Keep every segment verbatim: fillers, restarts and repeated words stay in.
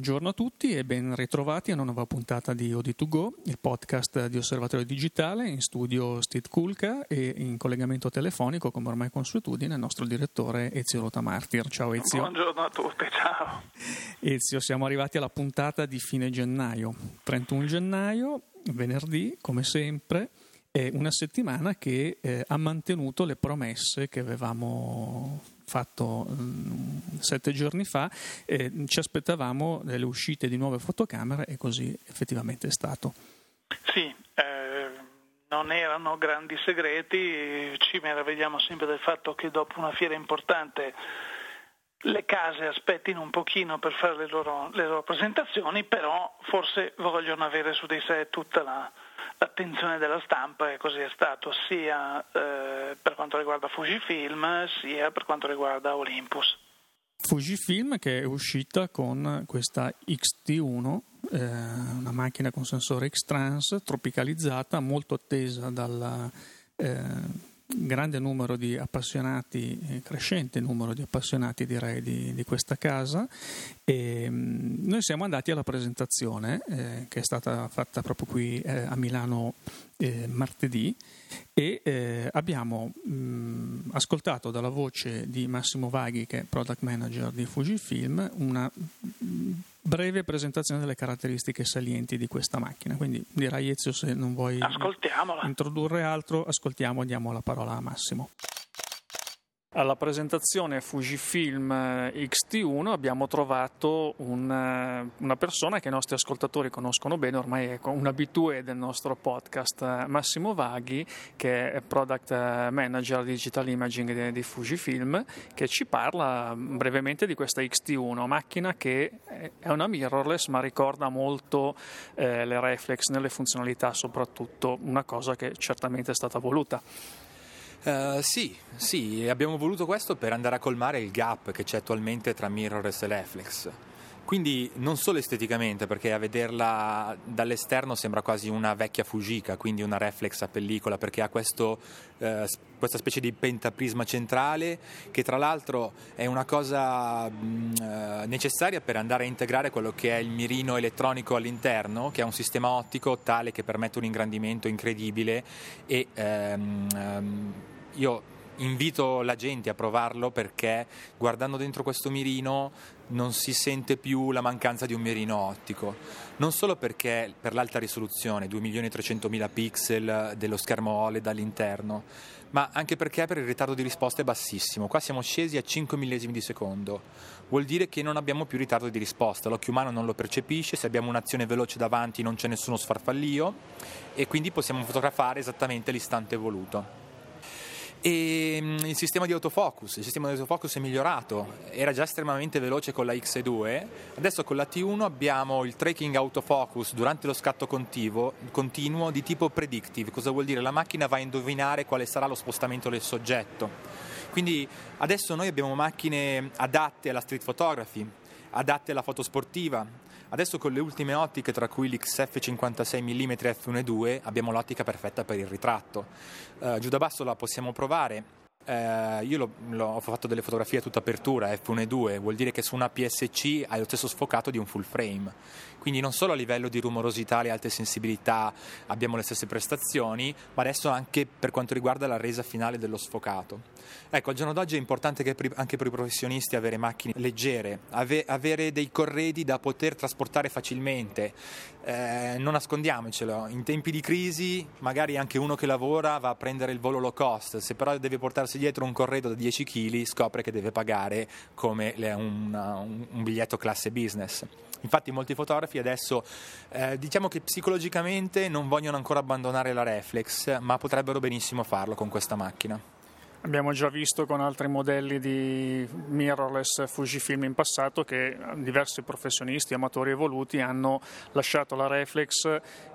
Buongiorno a tutti e ben ritrovati a una nuova puntata di O D due Go, il podcast di Osservatorio Digitale. In studio Steve Kulka e in collegamento telefonico, come ormai consuetudine, il nostro direttore Ezio Rotamartir. Ciao Ezio. Buongiorno a tutti, ciao. Ezio, siamo arrivati alla puntata di fine gennaio, trentuno gennaio, venerdì, come sempre. È una settimana che eh, ha mantenuto le promesse che avevamo fatto mh, sette giorni fa. Eh, ci aspettavamo delle uscite di nuove fotocamere e così effettivamente è stato. Sì, eh, non erano grandi segreti, ci meravigliamo sempre del fatto che dopo una fiera importante le case aspettino un pochino per fare le loro, le loro presentazioni, però forse vogliono avere su di sé tutta la l'attenzione della stampa, e così è stato sia eh, per quanto riguarda Fujifilm sia per quanto riguarda Olympus. Fujifilm che è uscita con questa X T uno, eh, una macchina con sensore X-Trans tropicalizzata, molto attesa dal eh, grande numero di appassionati, eh, crescente numero di appassionati direi di, di questa casa. E mh, noi siamo andati alla presentazione eh, che è stata fatta proprio qui eh, a Milano eh, martedì e eh, abbiamo mh, ascoltato dalla voce di Massimo Vaghi, che è product manager di Fujifilm, una mh, breve presentazione delle caratteristiche salienti di questa macchina. Quindi direi, Ezio, se non vuoi introdurre altro, ascoltiamo, diamo la parola a Massimo. Alla presentazione Fujifilm X T uno abbiamo trovato un, una persona che i nostri ascoltatori conoscono bene, ormai è un abitué del nostro podcast, Massimo Vaghi, che è Product Manager Digital Imaging di Fujifilm, che ci parla brevemente di questa X T uno, macchina che è una mirrorless ma ricorda molto eh, le reflex nelle funzionalità, soprattutto, una cosa che certamente è stata voluta. Uh, sì, sì, abbiamo voluto questo per andare a colmare il gap che c'è attualmente tra mirrorless e reflex. Quindi non solo esteticamente, perché a vederla dall'esterno sembra quasi una vecchia Fujica, quindi una reflex a pellicola, perché ha questo, eh, questa specie di pentaprisma centrale che tra l'altro è una cosa mh, necessaria per andare a integrare quello che è il mirino elettronico all'interno, che è un sistema ottico tale che permette un ingrandimento incredibile e ehm, ehm, io invito la gente a provarlo, perché guardando dentro questo mirino non si sente più la mancanza di un mirino ottico, non solo perché per l'alta risoluzione, due milioni e trecentomila pixel dello schermo O L E D all'interno, ma anche perché per il ritardo di risposta è bassissimo. Qua siamo scesi a cinque millesimi di secondo, vuol dire che non abbiamo più ritardo di risposta, l'occhio umano non lo percepisce, se abbiamo un'azione veloce davanti non c'è nessuno sfarfallio e quindi possiamo fotografare esattamente l'istante voluto. E il sistema di autofocus, il sistema di autofocus è migliorato, era già estremamente veloce con la X due, adesso con la T uno abbiamo il tracking autofocus durante lo scatto continuo, continuo di tipo predictive. Cosa vuol dire? La macchina va a indovinare quale sarà lo spostamento del soggetto. Quindi adesso noi abbiamo macchine adatte alla street photography, adatte alla foto sportiva. Adesso con le ultime ottiche, tra cui l'X F cinquantasei millimetri F uno e due, abbiamo l'ottica perfetta per il ritratto. Uh, giù da basso la possiamo provare. Uh, io lo, lo, ho fatto delle fotografie a tutta apertura, F uno e due, vuol dire che su una P S C hai lo stesso sfocato di un full frame. Quindi non solo a livello di rumorosità e alte sensibilità abbiamo le stesse prestazioni, ma adesso anche per quanto riguarda la resa finale dello sfocato. Ecco, al giorno d'oggi è importante che anche per i professionisti avere macchine leggere, ave, avere dei corredi da poter trasportare facilmente. Eh, non nascondiamocelo, in tempi di crisi magari anche uno che lavora va a prendere il volo low cost, se però deve portarsi dietro un corredo da dieci chili scopre che deve pagare come un, un, un biglietto classe business. Infatti molti fotografi adesso eh, diciamo che psicologicamente non vogliono ancora abbandonare la reflex, ma potrebbero benissimo farlo con questa macchina. Abbiamo già visto con altri modelli di mirrorless Fujifilm in passato che diversi professionisti, amatori evoluti hanno lasciato la reflex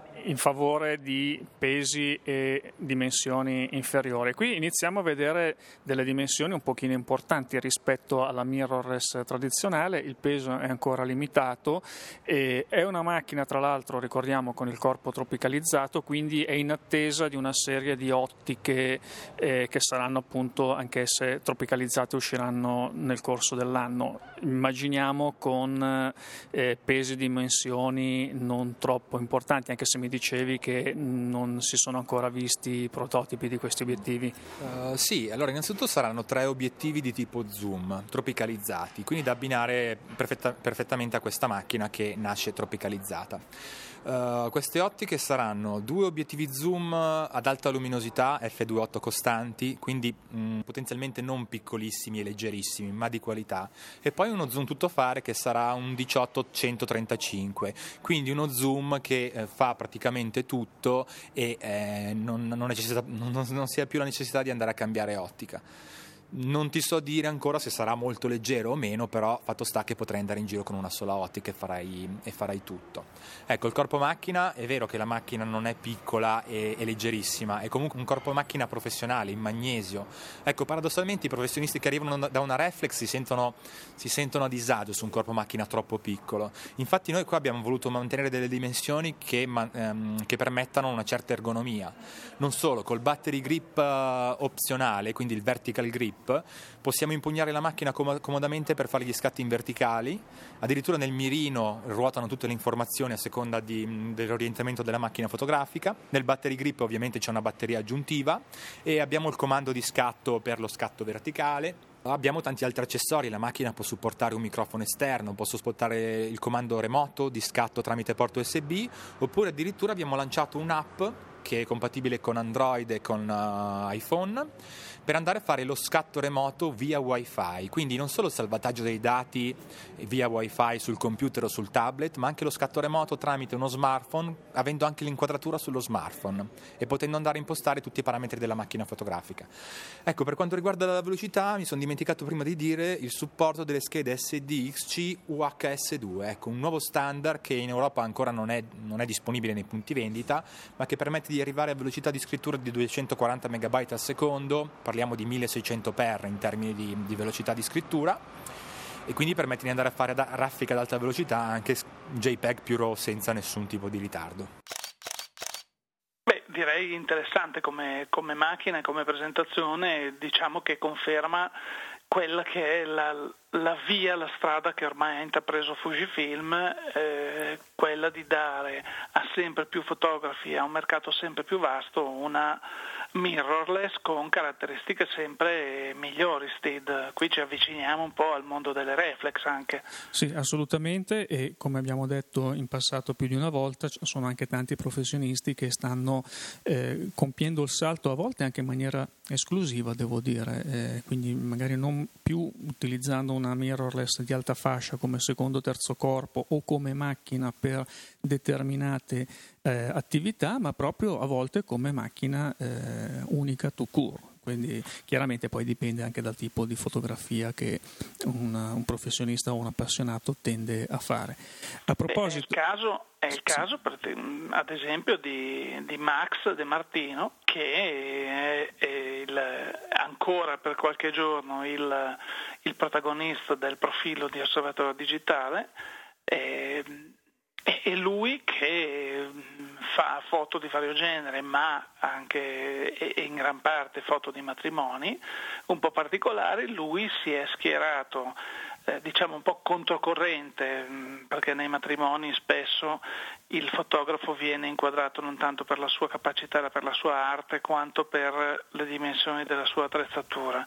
in favore di pesi e dimensioni inferiori. Qui iniziamo a vedere delle dimensioni un pochino importanti rispetto alla mirrorless tradizionale, il peso è ancora limitato e è una macchina, tra l'altro ricordiamo, con il corpo tropicalizzato, quindi è in attesa di una serie di ottiche eh, che saranno appunto anch'esse tropicalizzate, usciranno nel corso dell'anno. Immaginiamo con eh, pesi e dimensioni non troppo importanti, anche se mi dicevi che non si sono ancora visti i prototipi di questi obiettivi. Uh, sì, allora innanzitutto saranno tre obiettivi di tipo zoom, tropicalizzati, quindi da abbinare perfetta, perfettamente a questa macchina che nasce tropicalizzata. Uh, queste ottiche saranno due obiettivi zoom ad alta luminosità effe due virgola otto costanti, quindi mh, potenzialmente non piccolissimi e leggerissimi, ma di qualità, e poi uno zoom tuttofare che sarà un diciotto centotrentacinque, quindi uno zoom che eh, fa praticamente tutto e eh, non, non, necessita, non, non si ha più la necessità di andare a cambiare ottica. Non ti so dire ancora se sarà molto leggero o meno, però fatto sta che potrai andare in giro con una sola ottica e farai, e farai tutto. Ecco, il corpo macchina, è vero che la macchina non è piccola e, e leggerissima, è comunque un corpo macchina professionale, in magnesio. Ecco, paradossalmente i professionisti che arrivano da una reflex si sentono, si sentono a disagio su un corpo macchina troppo piccolo. Infatti noi qua abbiamo voluto mantenere delle dimensioni che, ehm, che permettano una certa ergonomia. Non solo, col battery grip uh, opzionale, quindi il vertical grip, possiamo impugnare la macchina com- comodamente per fare gli scatti in verticali, addirittura nel mirino ruotano tutte le informazioni a seconda di, dell'orientamento della macchina fotografica. Nel battery grip ovviamente c'è una batteria aggiuntiva e abbiamo il comando di scatto per lo scatto verticale. Abbiamo tanti altri accessori, la macchina può supportare un microfono esterno, può supportare il comando remoto di scatto tramite porto U S B, oppure addirittura abbiamo lanciato un'app che è compatibile con Android e con uh, iPhone per andare a fare lo scatto remoto via Wi-Fi, quindi non solo il salvataggio dei dati via Wi-Fi sul computer o sul tablet, ma anche lo scatto remoto tramite uno smartphone, avendo anche l'inquadratura sullo smartphone e potendo andare a impostare tutti i parametri della macchina fotografica. Ecco, per quanto riguarda la velocità, mi sono dimenticato prima di dire il supporto delle schede S D X C U H S due, ecco, un nuovo standard che in Europa ancora non è, non è disponibile nei punti vendita, ma che permette di arrivare a velocità di scrittura di duecentoquaranta megabyte al secondo, parliamo di milleseicento per in termini di, di velocità di scrittura, e quindi permette di andare a fare da, raffica ad alta velocità anche JPEG più RAW senza nessun tipo di ritardo. Beh, direi interessante come, come macchina e come presentazione, diciamo che conferma quella che è la, la via, la strada che ormai ha intrapreso Fujifilm, eh, quella di dare a sempre più fotografi, a un mercato sempre più vasto, una mirrorless con caratteristiche sempre migliori. Steed, qui ci avviciniamo un po' al mondo delle reflex anche. Sì, assolutamente, e come abbiamo detto in passato più di una volta, ci sono anche tanti professionisti che stanno eh, compiendo il salto, a volte anche in maniera esclusiva, devo dire, eh, quindi magari non più utilizzando una mirrorless di alta fascia come secondo o terzo corpo o come macchina per determinate eh, attività, ma proprio a volte come macchina eh, unica tout court. Quindi chiaramente poi dipende anche dal tipo di fotografia che un, un professionista o un appassionato tende a fare. A proposito, è il caso, è il caso per, ad esempio di, di Max De Martino, che è, è il, ancora per qualche giorno il, il protagonista del profilo di Osservatore Digitale. È, è lui che fa foto di vario genere, ma anche e in gran parte foto di matrimoni un po' particolari. Lui si è schierato eh, diciamo un po' controcorrente, mh, perché nei matrimoni spesso il fotografo viene inquadrato non tanto per la sua capacità, per la sua arte, quanto per le dimensioni della sua attrezzatura.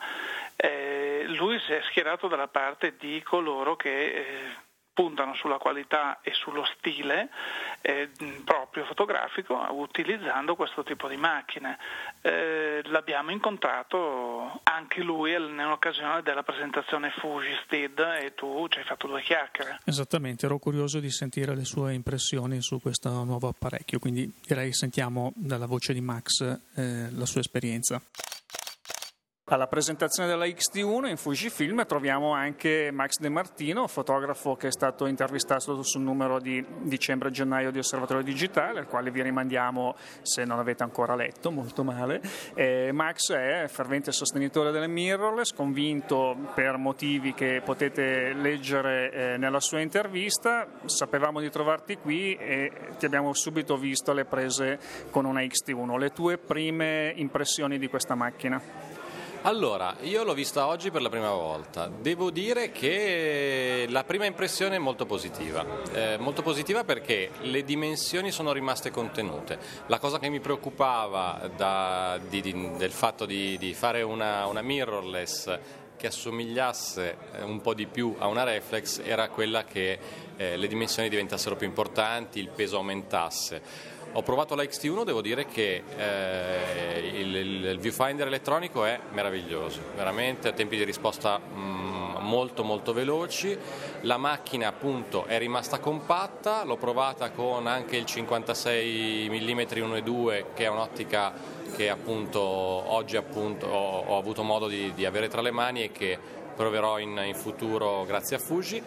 Eh, lui si è schierato dalla parte di coloro che eh, puntano sulla qualità e sullo stile eh, proprio fotografico utilizzando questo tipo di macchine. Eh, l'abbiamo incontrato anche lui nell'occasione della presentazione Fuji Steed e tu ci hai fatto due chiacchiere. Esattamente, ero curioso di sentire le sue impressioni su questo nuovo apparecchio, quindi direi sentiamo dalla voce di Max eh, la sua esperienza. Alla presentazione della X T uno in Fujifilm troviamo anche Max De Martino, fotografo che è stato intervistato sul numero di dicembre-gennaio di Osservatorio Digitale, al quale vi rimandiamo se non avete ancora letto, molto male. Eh, Max è fervente sostenitore delle mirrorless, convinto per motivi che potete leggere eh, nella sua intervista. Sapevamo di trovarti qui e ti abbiamo subito visto le prese con una X T uno. Le tue prime impressioni di questa macchina? Allora, io l'ho vista oggi per la prima volta. Devo dire che la prima impressione è molto positiva. Eh, molto positiva perché le dimensioni sono rimaste contenute. La cosa che mi preoccupava da, di, di, del fatto di, di fare una, una mirrorless che assomigliasse un po' di più a una reflex era quella che eh, le dimensioni diventassero più importanti, il peso aumentasse. Ho provato la X T uno, devo dire che eh, il, il viewfinder elettronico è meraviglioso, veramente a tempi di risposta mh, molto molto veloci. La macchina appunto è rimasta compatta, l'ho provata con anche il cinquantasei millimetri uno e due, che è un'ottica che appunto oggi appunto ho, ho avuto modo di, di avere tra le mani e che proverò in, in futuro grazie a Fuji.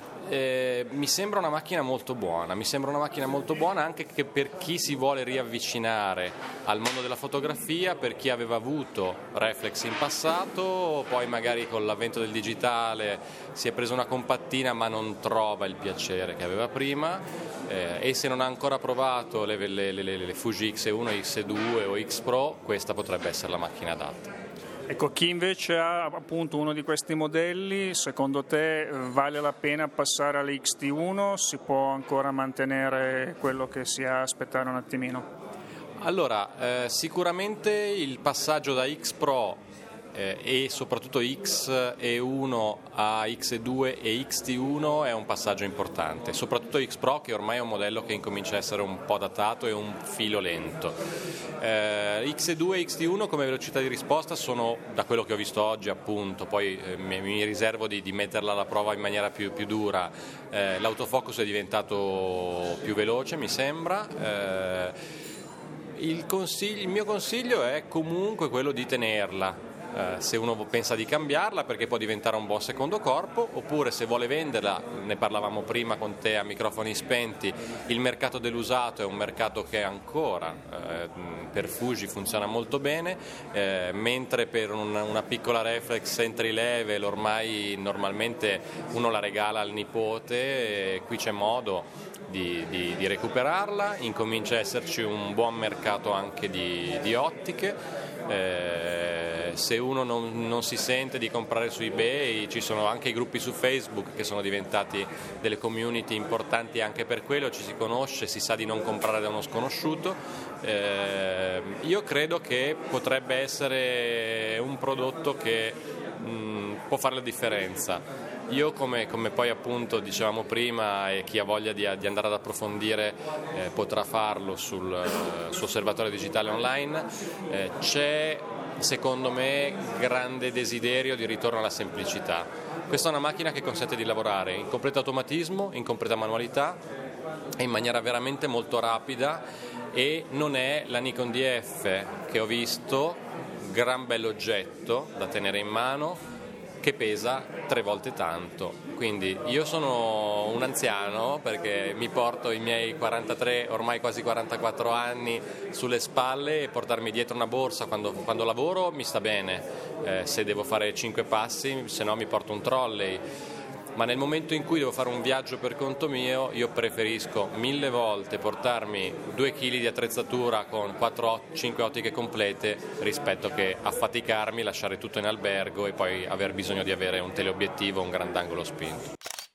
Eh, mi sembra una macchina molto buona, mi sembra una macchina molto buona anche che per chi si vuole riavvicinare al mondo della fotografia, per chi aveva avuto reflex in passato, poi magari con l'avvento del digitale si è preso una compattina ma non trova il piacere che aveva prima, eh, e se non ha ancora provato le, le, le, le Fuji X uno, X due o X Pro, questa potrebbe essere la macchina adatta. Ecco, chi invece ha appunto uno di questi modelli, secondo te vale la pena passare alle X T uno? Si può ancora mantenere quello che si ha, aspettare un attimino? Allora, eh, sicuramente il passaggio da X Pro eh, e soprattutto X uno a X due e X T uno è un passaggio importante, soprattutto X Pro, che ormai è un modello che incomincia a essere un po' datato e un filo lento. Eh, X due e X T uno come velocità di risposta sono, da quello che ho visto oggi appunto, poi eh, mi, mi riservo di, di metterla alla prova in maniera più, più dura, eh, l'autofocus è diventato più veloce mi sembra. Eh, il, consiglio, il mio consiglio è comunque quello di tenerla. Eh, se uno pensa di cambiarla, perché può diventare un buon secondo corpo, oppure se vuole venderla, ne parlavamo prima con te a microfoni spenti, il mercato dell'usato è un mercato che ancora eh, per Fuji funziona molto bene, eh, mentre per un, una piccola reflex entry level ormai normalmente uno la regala al nipote, e qui c'è modo di, di, di recuperarla, incomincia a esserci un buon mercato anche di, di ottiche. Eh, se uno non, non si sente di comprare su eBay, ci sono anche i gruppi su Facebook che sono diventati delle community importanti anche per quello, ci si conosce, si sa di non comprare da uno sconosciuto. Eh, io credo che potrebbe essere un prodotto che mh, può fare la differenza. Io come, come poi appunto dicevamo prima, e chi ha voglia di, di andare ad approfondire eh, potrà farlo sul, eh, su Osservatorio Digitale Online, eh, c'è secondo me grande desiderio di ritorno alla semplicità. Questa è una macchina che consente di lavorare in completo automatismo, in completa manualità e in maniera veramente molto rapida, e non è la Nikon D F che ho visto, gran bell'oggetto da tenere in mano, che pesa tre volte tanto. Quindi io sono un anziano perché mi porto i miei quarantatré, ormai quasi quarantaquattro anni sulle spalle, e portarmi dietro una borsa quando, quando lavoro mi sta bene, eh, se devo fare cinque passi, se no mi porto un trolley. Ma nel momento in cui devo fare un viaggio per conto mio, io preferisco mille volte portarmi due chili di attrezzatura con quattro cinque ottiche complete, rispetto che affaticarmi, lasciare tutto in albergo e poi aver bisogno di avere un teleobiettivo, un grandangolo spinto.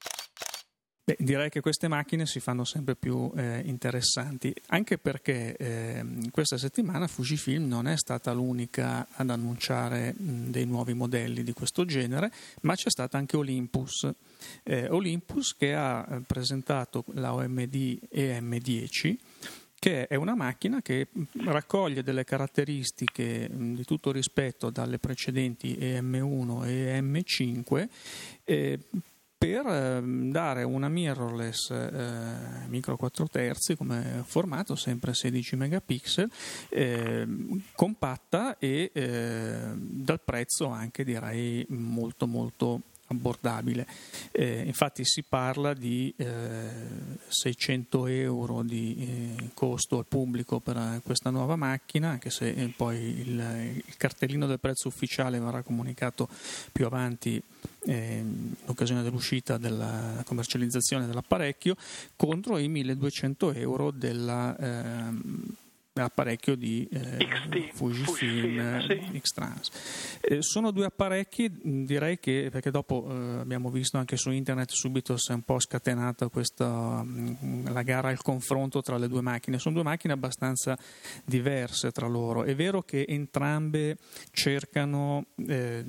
Beh, direi che queste macchine si fanno sempre più eh, interessanti, anche perché eh, questa settimana Fujifilm non è stata l'unica ad annunciare mh, dei nuovi modelli di questo genere, ma c'è stata anche Olympus. Eh, Olympus che ha eh, presentato la O M D E M dieci, che è una macchina che raccoglie delle caratteristiche mh, di tutto rispetto dalle precedenti E M uno e E M cinque, eh, per eh, dare una mirrorless eh, micro quattro terzi come formato, sempre sedici megapixel, eh, compatta e eh, dal prezzo anche direi molto molto abbordabile. Eh, infatti si parla di eh, seicento euro di eh, costo al pubblico per questa nuova macchina, anche se eh, poi il, il cartellino del prezzo ufficiale verrà comunicato più avanti eh, in occasione dell'uscita della commercializzazione dell'apparecchio, contro i milleduecento euro della eh, apparecchio di eh, X T, Fujifilm, Fujifilm sì. X-Trans. Eh, sono due apparecchi, direi che, perché dopo eh, abbiamo visto anche su internet subito si è un po' scatenata questa mh, la gara al confronto tra le due macchine. Sono due macchine abbastanza diverse tra loro. È vero che entrambe cercano eh,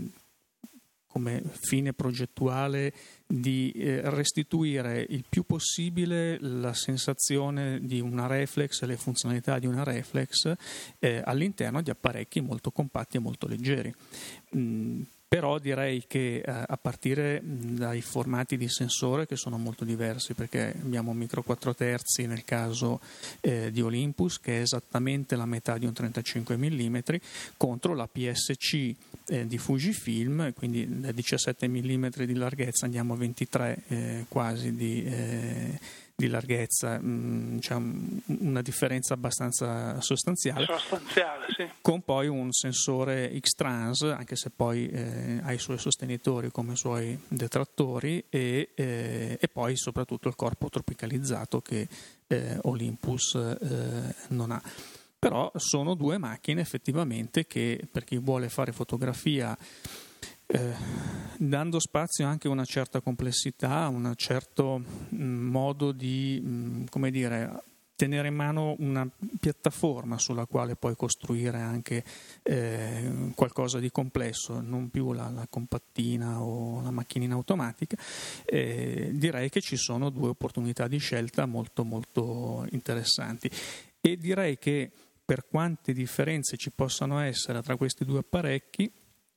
come fine progettuale di eh, restituire il più possibile la sensazione di una reflex e le funzionalità di una reflex eh, all'interno di apparecchi molto compatti e molto leggeri. Mm, però direi che eh, a partire dai formati di sensore, che sono molto diversi, perché abbiamo un micro quattro terzi nel caso eh, di Olympus, che è esattamente la metà di un trentacinque millimetri, contro la P S C eh, di Fujifilm, quindi da diciassette millimetri di larghezza andiamo a ventitré eh, quasi di eh, di larghezza, mh, c'è un, una differenza abbastanza sostanziale, sostanziale sì. Con poi un sensore X-Trans, anche se poi eh, ha i suoi sostenitori come i suoi detrattori, e, eh, e poi soprattutto il corpo tropicalizzato che eh, Olympus eh, non ha. Però sono due macchine effettivamente che, per chi vuole fare fotografia Eh, dando spazio anche a una certa complessità, un certo mh, modo di mh, come dire, tenere in mano una piattaforma sulla quale poi costruire anche eh, qualcosa di complesso, non più la, la compattina o la macchinina automatica, eh, direi che ci sono due opportunità di scelta molto molto interessanti, e direi che per quante differenze ci possano essere tra questi due apparecchi,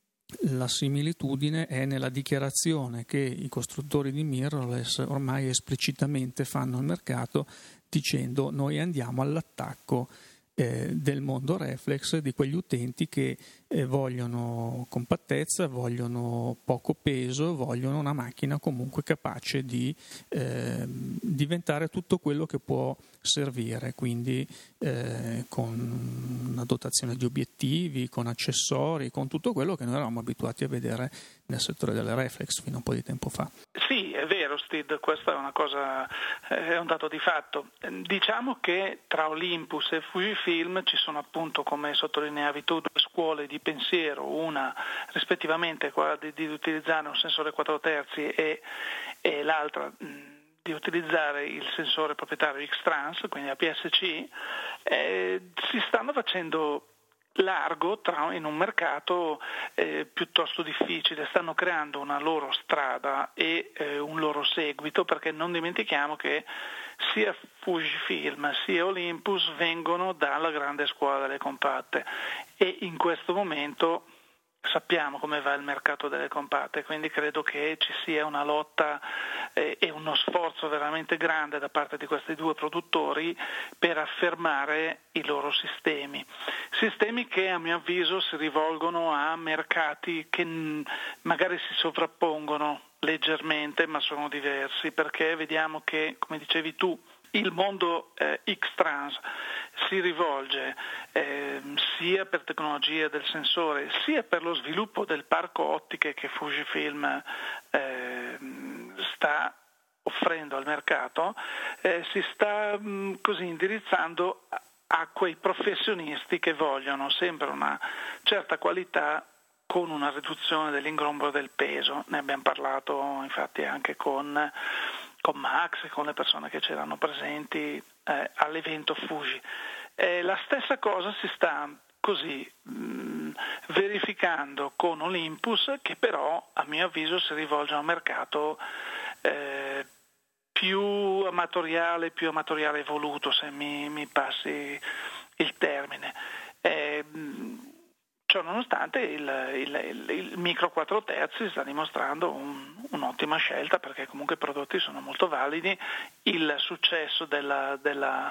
la similitudine è nella dichiarazione che i costruttori di mirrorless ormai esplicitamente fanno al mercato, dicendo: noi andiamo all'attacco eh, del mondo reflex, di quegli utenti che eh, vogliono compattezza, vogliono poco peso, vogliono una macchina comunque capace di eh, diventare tutto quello che può servire, quindi eh, con una dotazione di obiettivi, con accessori, con tutto quello che noi eravamo abituati a vedere nel settore delle reflex fino a un po' di tempo fa. Sì, è vero Steve, questa è una cosa, è un dato di fatto. Diciamo che tra Olympus e Fujifilm ci sono appunto, come sottolineavi tu, due scuole di pensiero, una rispettivamente quella di, di utilizzare un sensore quattro terzi e, e l'altra mh, di utilizzare il sensore proprietario X-Trans, quindi la P S C. Eh, si stanno facendo largo tra, in un mercato eh, piuttosto difficile, stanno creando una loro strada e eh, un loro seguito, perché non dimentichiamo che sia Fujifilm sia Olympus vengono dalla grande scuola delle compatte, e in questo momento sappiamo come va il mercato delle compatte, quindi credo che ci sia una lotta eh, e uno sforzo veramente grande da parte di questi due produttori per affermare i loro sistemi. Sistemi che a mio avviso si rivolgono a mercati che mh, magari si sovrappongono leggermente, ma sono diversi, perché vediamo che, come dicevi tu, il mondo eh, X-Trans si rivolge eh, sia per tecnologia del sensore sia per lo sviluppo del parco ottiche che Fujifilm eh, sta offrendo al mercato, eh, si sta mh, così indirizzando a, a quei professionisti che vogliono sempre una certa qualità con una riduzione dell'ingombro del peso. Ne abbiamo parlato infatti anche con con Max e con le persone che c'erano presenti eh, all'evento Fuji. Eh, la stessa cosa si sta così mh, verificando con Olympus, che però a mio avviso si rivolge a un mercato eh, più amatoriale, più amatoriale evoluto, se mi, mi passi il termine. Eh, Ciò nonostante il, il, il, il micro quattro terzi sta dimostrando un, un'ottima scelta, perché comunque i prodotti sono molto validi. Il successo della, della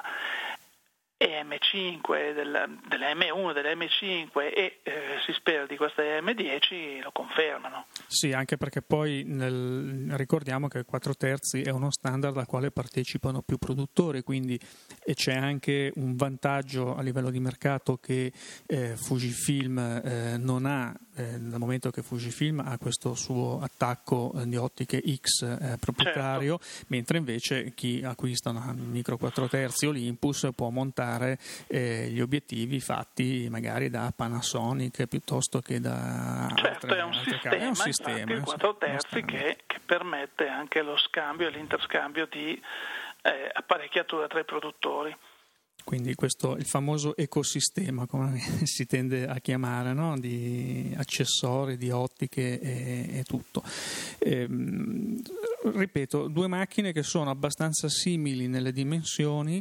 E M cinque, della, della M uno, della M cinque e eh, si spera di questa E M dieci lo confermano. Sì, anche perché poi nel, ricordiamo che il quattro terzi è uno standard al quale partecipano più produttori, quindi e c'è anche un vantaggio a livello di mercato che eh, Fujifilm eh, non ha, eh, dal momento che Fujifilm ha questo suo attacco di ottiche X eh, proprietario, certo. Mentre invece chi acquista una micro quattro terzi Olympus può montare eh, gli obiettivi fatti magari da Panasonic piuttosto che da certo, altre, è un altre sistema, è un sistema infatti, il quattro terzi che, che permette anche lo scambio e l'interscambio di eh, apparecchiatura tra i produttori. Quindi questo il famoso ecosistema, come si tende a chiamare, no? Di accessori, di ottiche e, e tutto. Ehm, ripeto, due macchine che sono abbastanza simili nelle dimensioni,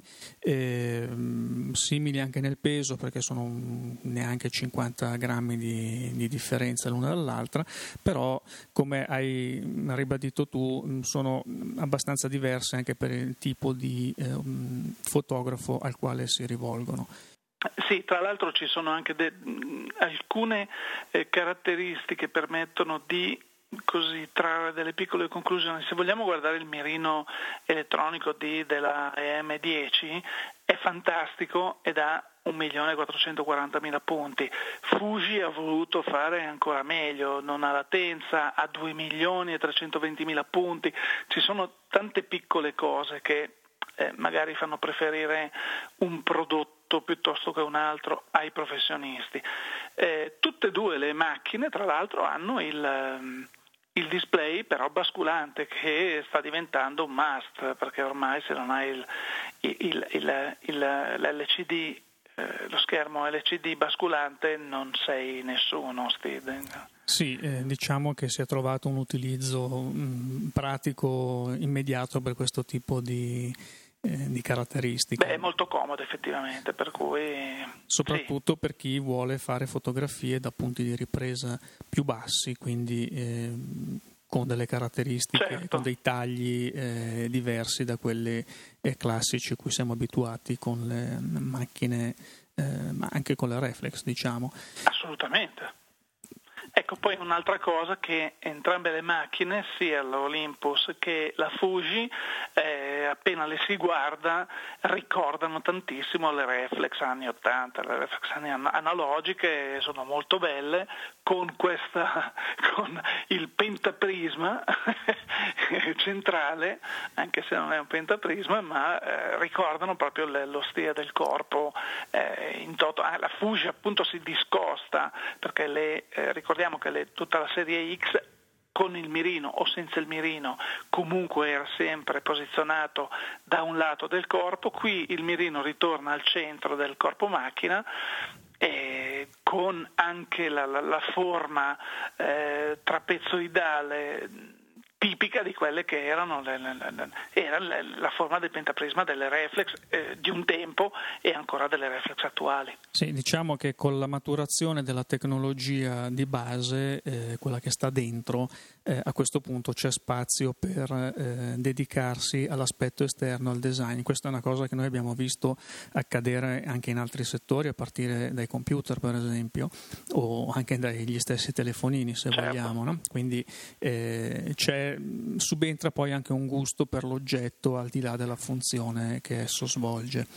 ehm, simili anche nel peso, perché sono neanche cinquanta grammi di, di differenza l'una dall'altra, però come hai ribadito tu sono abbastanza diverse anche per il tipo di eh, fotografo al quale si rivolgono. Sì, tra l'altro ci sono anche de- alcune eh, caratteristiche che permettono di così trarre delle piccole conclusioni. Se vogliamo guardare il mirino elettronico di, della E M dieci, è fantastico ed ha un milione quattrocentoquarantamila punti. Fuji ha voluto fare ancora meglio, non ha latenza, ha due milioni e trecentoventimila punti. Ci sono tante piccole cose che Eh, magari fanno preferire un prodotto piuttosto che un altro ai professionisti. Eh, tutte e due le macchine, tra l'altro, hanno il, il display però basculante, che sta diventando un must, perché ormai se non hai il, il, il, il, l'L C D, eh, lo schermo L C D basculante, non sei nessuno, Steve. Sì, eh, diciamo che si è trovato un utilizzo mh, pratico immediato per questo tipo di di caratteristiche. Beh, è molto comodo effettivamente, per cui soprattutto sì. Per chi vuole fare fotografie da punti di ripresa più bassi, quindi eh, con delle caratteristiche, certo. con dei tagli eh, diversi da quelli eh, classici a cui siamo abituati con le macchine, eh, ma anche con le reflex, diciamo. Assolutamente. Ecco, poi un'altra cosa, che entrambe le macchine, sia l'Olympus che la Fuji, eh, appena le si guarda, ricordano tantissimo le reflex anni ottanta, le reflex anni analogiche, sono molto belle, con questa, con il pentaprisma centrale, anche se non è un pentaprisma, ma eh, ricordano proprio le, lo stile del corpo eh, in toto. Ah, la Fuji appunto si discosta, perché le eh, ricordiamo che le, tutta la serie X con il mirino o senza il mirino comunque era sempre posizionato da un lato del corpo. Qui il mirino ritorna al centro del corpo macchina, e con anche la, la, la forma eh, trapezoidale tipica di quelle che erano le, le, le, era le, la forma del pentaprisma delle reflex eh, di un tempo e ancora delle reflex attuali. Sì, diciamo che con la maturazione della tecnologia di base, eh, quella che sta dentro, eh, a questo punto c'è spazio per eh, dedicarsi all'aspetto esterno, al design. Questa è una cosa che noi abbiamo visto accadere anche in altri settori, a partire dai computer per esempio, o anche dagli stessi telefonini se certo. vogliamo, no? Quindi eh, c'è subentra poi anche un gusto per l'oggetto al di là della funzione che esso svolge.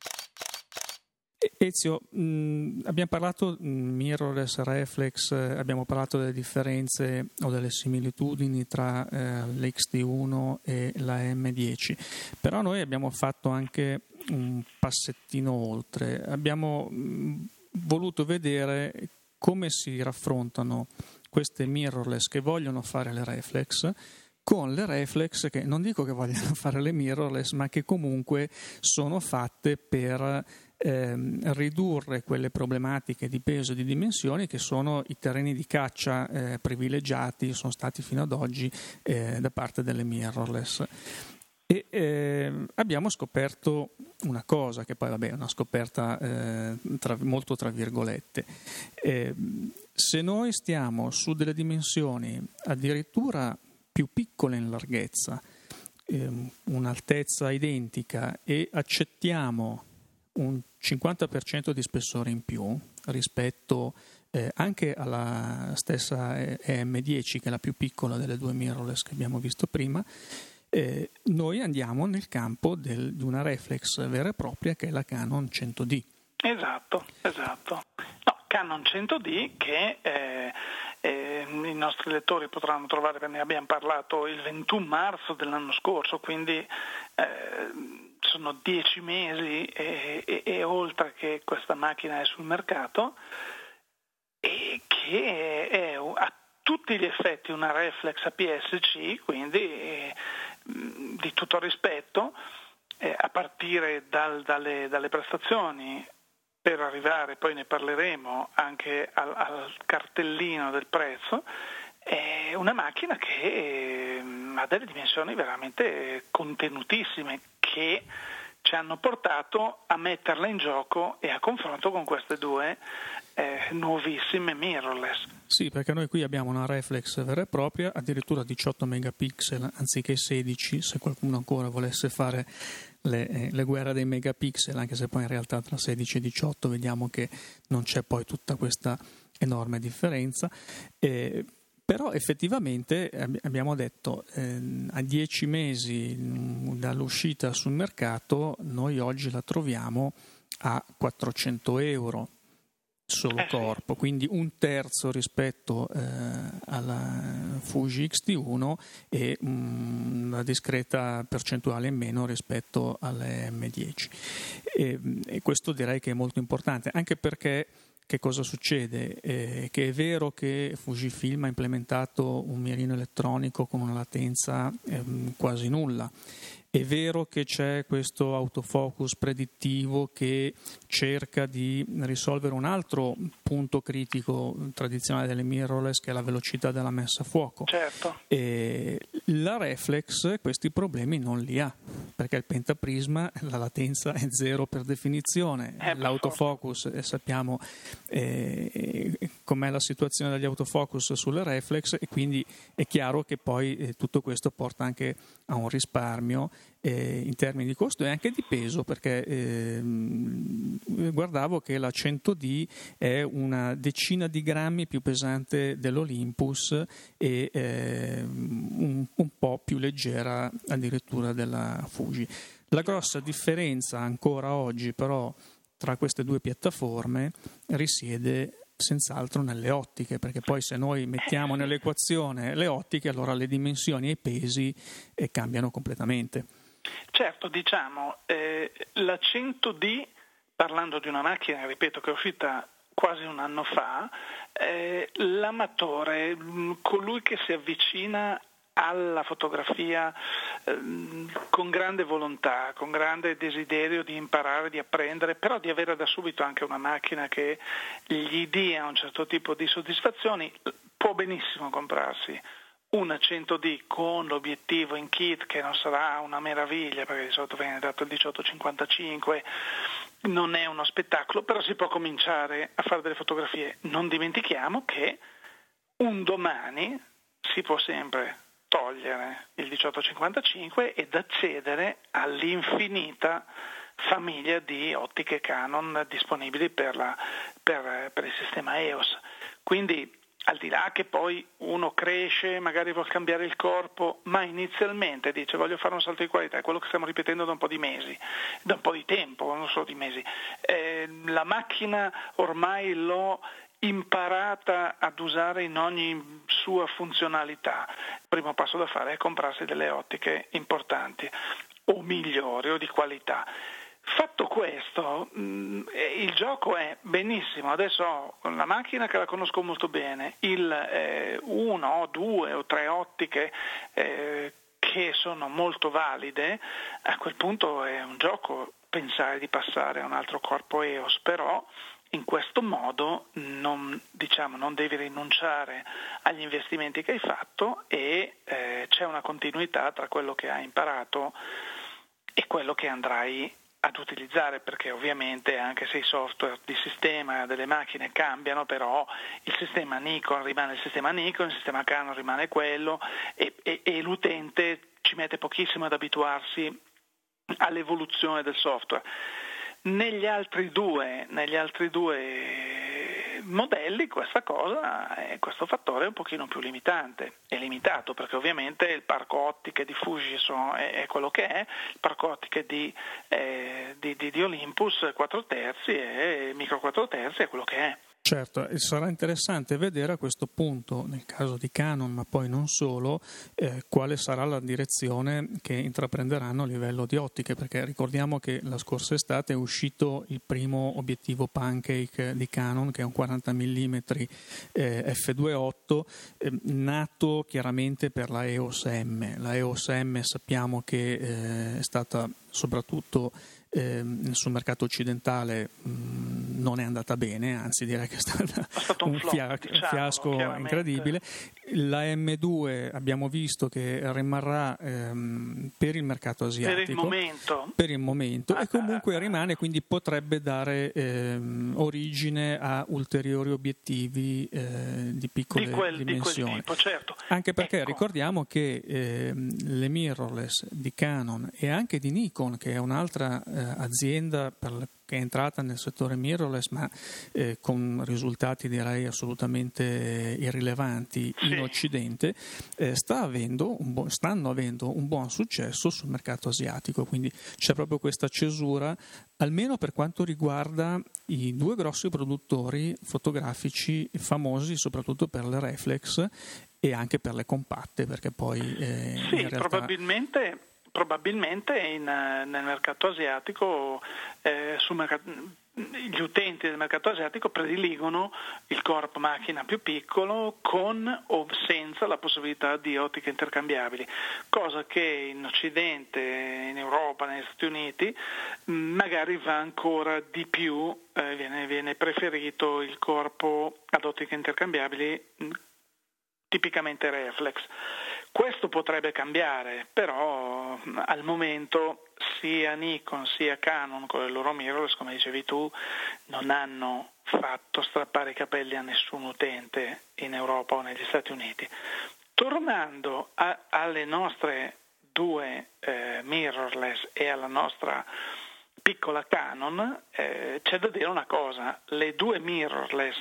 Ezio, mh, abbiamo parlato mh, mirrorless, reflex, eh, abbiamo parlato delle differenze o delle similitudini tra eh, l'X T uno e la M dieci, però noi abbiamo fatto anche un passettino oltre, abbiamo mh, voluto vedere come si raffrontano queste mirrorless che vogliono fare le reflex con le reflex che non dico che vogliono fare le mirrorless, ma che comunque sono fatte per ehm, ridurre quelle problematiche di peso e di dimensioni che sono i terreni di caccia eh, privilegiati, sono stati fino ad oggi eh, da parte delle mirrorless. E eh, abbiamo scoperto una cosa, che poi vabbè è una scoperta eh, tra, molto tra virgolette. Eh, se noi stiamo su delle dimensioni addirittura più piccole in larghezza, eh, un'altezza identica, e accettiamo un cinquanta per cento di spessore in più rispetto eh, anche alla stessa E M dieci, che è la più piccola delle due mirrorless che abbiamo visto prima, Eh, noi andiamo nel campo del, di una reflex vera e propria, che è la Canon cento D. Esatto, esatto. No, Canon cento D che eh, eh, i nostri lettori potranno trovare, perché ne abbiamo parlato il ventuno marzo dell'anno scorso, quindi eh, sono dieci mesi e, e, e oltre che questa macchina è sul mercato, e che è a tutti gli effetti una reflex A P S C, quindi eh, di tutto rispetto, eh, a partire dal, dalle, dalle prestazioni, per arrivare, poi ne parleremo, anche al, al cartellino del prezzo. È una macchina che eh, ha delle dimensioni veramente contenutissime, che ci hanno portato a metterla in gioco e a confronto con queste due eh, nuovissime mirrorless. Sì, perché noi qui abbiamo una reflex vera e propria, addirittura diciotto megapixel anziché sedici, se qualcuno ancora volesse fare le, eh, le guerre dei megapixel, anche se poi in realtà tra sedici e diciotto vediamo che non c'è poi tutta questa enorme differenza. Eh, Però effettivamente abbiamo detto eh, a dieci mesi dall'uscita sul mercato noi oggi la troviamo a quattrocento euro solo eh sì. corpo, quindi un terzo rispetto eh, alla Fuji X T uno e um, una discreta percentuale in meno rispetto alle M dieci. E, e questo direi che è molto importante, anche perché che cosa succede? Eh, che è vero che Fujifilm ha implementato un mirino elettronico con una latenza ehm, quasi nulla. È vero che c'è questo autofocus predittivo che cerca di risolvere un altro punto critico tradizionale delle mirrorless, che è la velocità della messa a fuoco. Certo. E la reflex questi problemi non li ha, perché il pentaprisma, la latenza è zero per definizione. Eh, L'autofocus, eh, sappiamo eh, com'è la situazione degli autofocus sulle reflex, e quindi è chiaro che poi eh, tutto questo porta anche a un risparmio eh, in termini di costo e anche di peso, perché eh, guardavo che la cento D è una decina di grammi più pesante dell'Olympus e eh, un, un po' più leggera addirittura della Fuji. La grossa differenza ancora oggi però tra queste due piattaforme risiede senz'altro nelle ottiche, perché poi se noi mettiamo nell'equazione le ottiche, allora le dimensioni e i pesi eh, cambiano completamente. Certo, diciamo, eh, la cento D, parlando di una macchina, ripeto, che è uscita quasi un anno fa, eh, l'amatore, colui che si avvicina alla fotografia eh, con grande volontà, con grande desiderio di imparare, di apprendere, però di avere da subito anche una macchina che gli dia un certo tipo di soddisfazioni, può benissimo comprarsi una cento D con l'obiettivo in kit, che non sarà una meraviglia perché di solito viene dato il diciotto cinquantacinque, non è uno spettacolo, però si può cominciare a fare delle fotografie. Non dimentichiamo che un domani si può sempre togliere il diciotto cinquantacinque ed accedere all'infinita famiglia di ottiche Canon disponibili per, la, per, per il sistema E O S. Quindi, al di là che poi uno cresce, magari vuol cambiare il corpo, ma inizialmente dice voglio fare un salto di qualità, è quello che stiamo ripetendo da un po' di mesi, da un po' di tempo, non solo di mesi. Eh, la macchina ormai l'ho imparata ad usare in ogni sua funzionalità. Il primo passo da fare è comprarsi delle ottiche importanti o migliori o di qualità. Fatto questo, il gioco è benissimo. Adesso ho la macchina che la conosco molto bene, il eh, uno o due o tre ottiche eh, che sono molto valide. A quel punto è un gioco pensare di passare a un altro corpo E O S, però In questo modo non, diciamo, non devi rinunciare agli investimenti che hai fatto e eh, c'è una continuità tra quello che hai imparato e quello che andrai ad utilizzare, perché ovviamente anche se i software di sistema delle macchine cambiano, però il sistema Nikon rimane il sistema Nikon, il sistema Canon rimane quello e, e, e l'utente ci mette pochissimo ad abituarsi all'evoluzione del software. Negli altri due, negli altri due modelli questa cosa, questo fattore è un pochino più limitante, è limitato perché ovviamente il parco ottiche di Fuji sono, è, è quello che è, il parco ottiche di, eh, di, di, di Olympus quattro terzi e micro quattro terzi è quello che è. Certo, e sarà interessante vedere a questo punto, nel caso di Canon, ma poi non solo, eh, quale sarà la direzione che intraprenderanno a livello di ottiche, perché ricordiamo che la scorsa estate è uscito il primo obiettivo Pancake di Canon, che è un quaranta millimetri eh, effe due virgola otto, eh, nato chiaramente per la E O S M. La E O S M sappiamo che eh, è stata soprattutto Eh, sul mercato occidentale mh, non è andata bene, anzi direi che è stata è stato un, un flop, fia- diciamo, fiasco incredibile. La M due abbiamo visto che rimarrà ehm, per il mercato asiatico per il momento, per il momento ah, e comunque ah, rimane, quindi potrebbe dare ehm, origine a ulteriori obiettivi eh, di piccole di quel, dimensioni, di quel tipo, certo. Anche perché ecco. ricordiamo che ehm, le mirrorless di Canon e anche di Nikon, che è un'altra eh, azienda per le, che è entrata nel settore mirrorless, ma eh, con risultati direi assolutamente irrilevanti sì. in Occidente, eh, sta avendo un buon, stanno avendo un buon successo sul mercato asiatico, quindi c'è proprio questa cesura, almeno per quanto riguarda i due grossi produttori fotografici famosi, soprattutto per le reflex e anche per le compatte, perché poi eh, sì, in realtà... probabilmente Probabilmente in, nel mercato asiatico, eh, sul mercato, gli utenti del mercato asiatico prediligono il corpo macchina più piccolo con o senza la possibilità di ottiche intercambiabili, cosa che in Occidente, in Europa, negli Stati Uniti magari va ancora di più, eh, viene, viene preferito il corpo ad ottiche intercambiabili tipicamente reflex. Questo potrebbe cambiare, però al momento sia Nikon sia Canon con le loro mirrorless, come dicevi tu, non hanno fatto strappare i capelli a nessun utente in Europa o negli Stati Uniti. Tornando a, alle nostre due eh, mirrorless e alla nostra piccola Canon, eh, c'è da dire una cosa: le due mirrorless,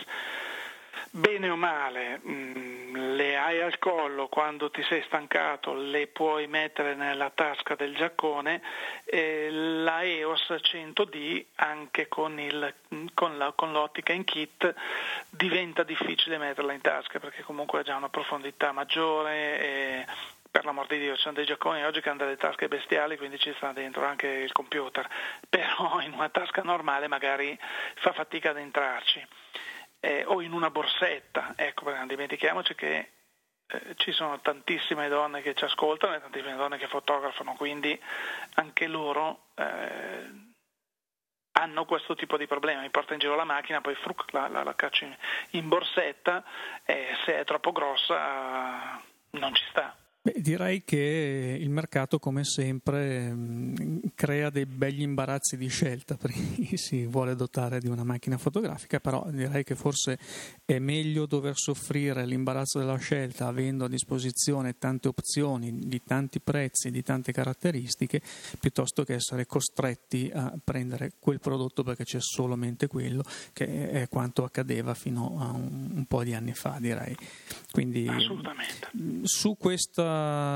bene o male, mh, le hai al collo quando ti sei stancato, le puoi mettere nella tasca del giaccone. Eh, la E O S cento D anche con, il, con, la, con l'ottica in kit diventa difficile metterla in tasca, perché comunque ha già una profondità maggiore e, per l'amor di Dio, ci sono dei giacconi oggi che hanno delle tasche bestiali, quindi ci sta dentro anche il computer, però in una tasca normale magari fa fatica ad entrarci. Eh, o in una borsetta, ecco, perché non dimentichiamoci che eh, ci sono tantissime donne che ci ascoltano e tantissime donne che fotografano, quindi anche loro eh, hanno questo tipo di problema. Mi porta in giro la macchina, poi fruc, la, la, la caccio in, in borsetta e se è troppo grossa non ci sta. Beh, direi che il mercato, come sempre, mh, crea dei begli imbarazzi di scelta per chi si vuole dotare di una macchina fotografica, però direi che forse è meglio dover soffrire l'imbarazzo della scelta avendo a disposizione tante opzioni, di tanti prezzi, di tante caratteristiche, piuttosto che essere costretti a prendere quel prodotto perché c'è solamente quello, che è quanto accadeva fino a un, un po' di anni fa, direi. Quindi assolutamente. Su questa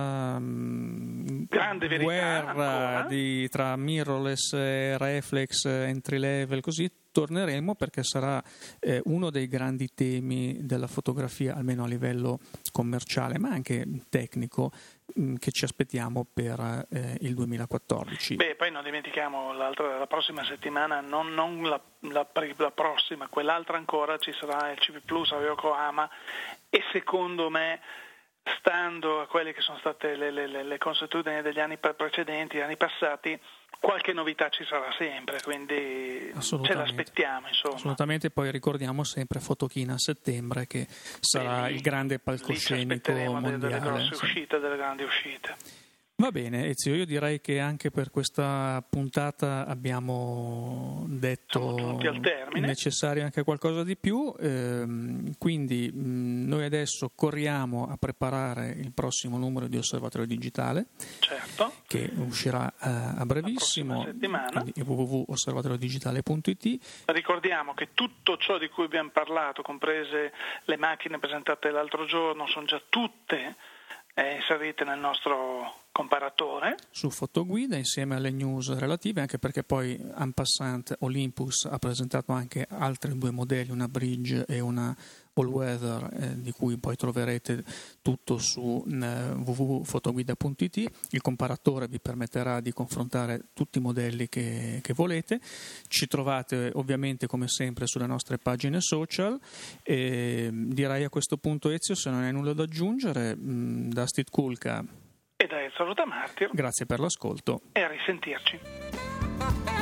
grande verità guerra di, tra mirrorless e reflex, entry level, così torneremo, perché sarà eh, uno dei grandi temi della fotografia, almeno a livello commerciale ma anche tecnico, mh, che ci aspettiamo per eh, il duemilaquattordici. Beh, poi non dimentichiamo l'altra, la prossima settimana, non, non la, la, la prossima, quell'altra ancora, ci sarà il C P Plus a Yokohama e secondo me, stando a quelle che sono state le, le, le consuetudini degli anni precedenti, anni passati, qualche novità ci sarà sempre, quindi ce l'aspettiamo, insomma. Assolutamente, poi ricordiamo sempre Fotochina a settembre, che sarà lì, il grande palcoscenico mondiale. Delle grosse sì. uscite, delle grandi uscite. Va bene, Ezio, io direi che anche per questa puntata abbiamo detto il necessario, anche qualcosa di più, ehm, quindi mh, noi adesso corriamo a preparare il prossimo numero di Osservatorio Digitale, certo, che uscirà uh, a brevissimo, settimana, w w w punto osservatorio digitale punto i t. Ricordiamo che tutto ciò di cui abbiamo parlato, comprese le macchine presentate l'altro giorno, sono già tutte eh, inserite nel nostro comparatore su Fotoguida, insieme alle news relative, anche perché poi en passant Olympus ha presentato anche altri due modelli, una Bridge e una All Weather, eh, di cui poi troverete tutto su eh, w w w punto fotoguida punto i t. Il comparatore vi permetterà di confrontare tutti i modelli che, che volete. Ci trovate ovviamente come sempre sulle nostre pagine social e direi a questo punto, Ezio, se non hai nulla da aggiungere, mh, da Steve Kulka e da Ezio Rotamartir, grazie per l'ascolto e a risentirci.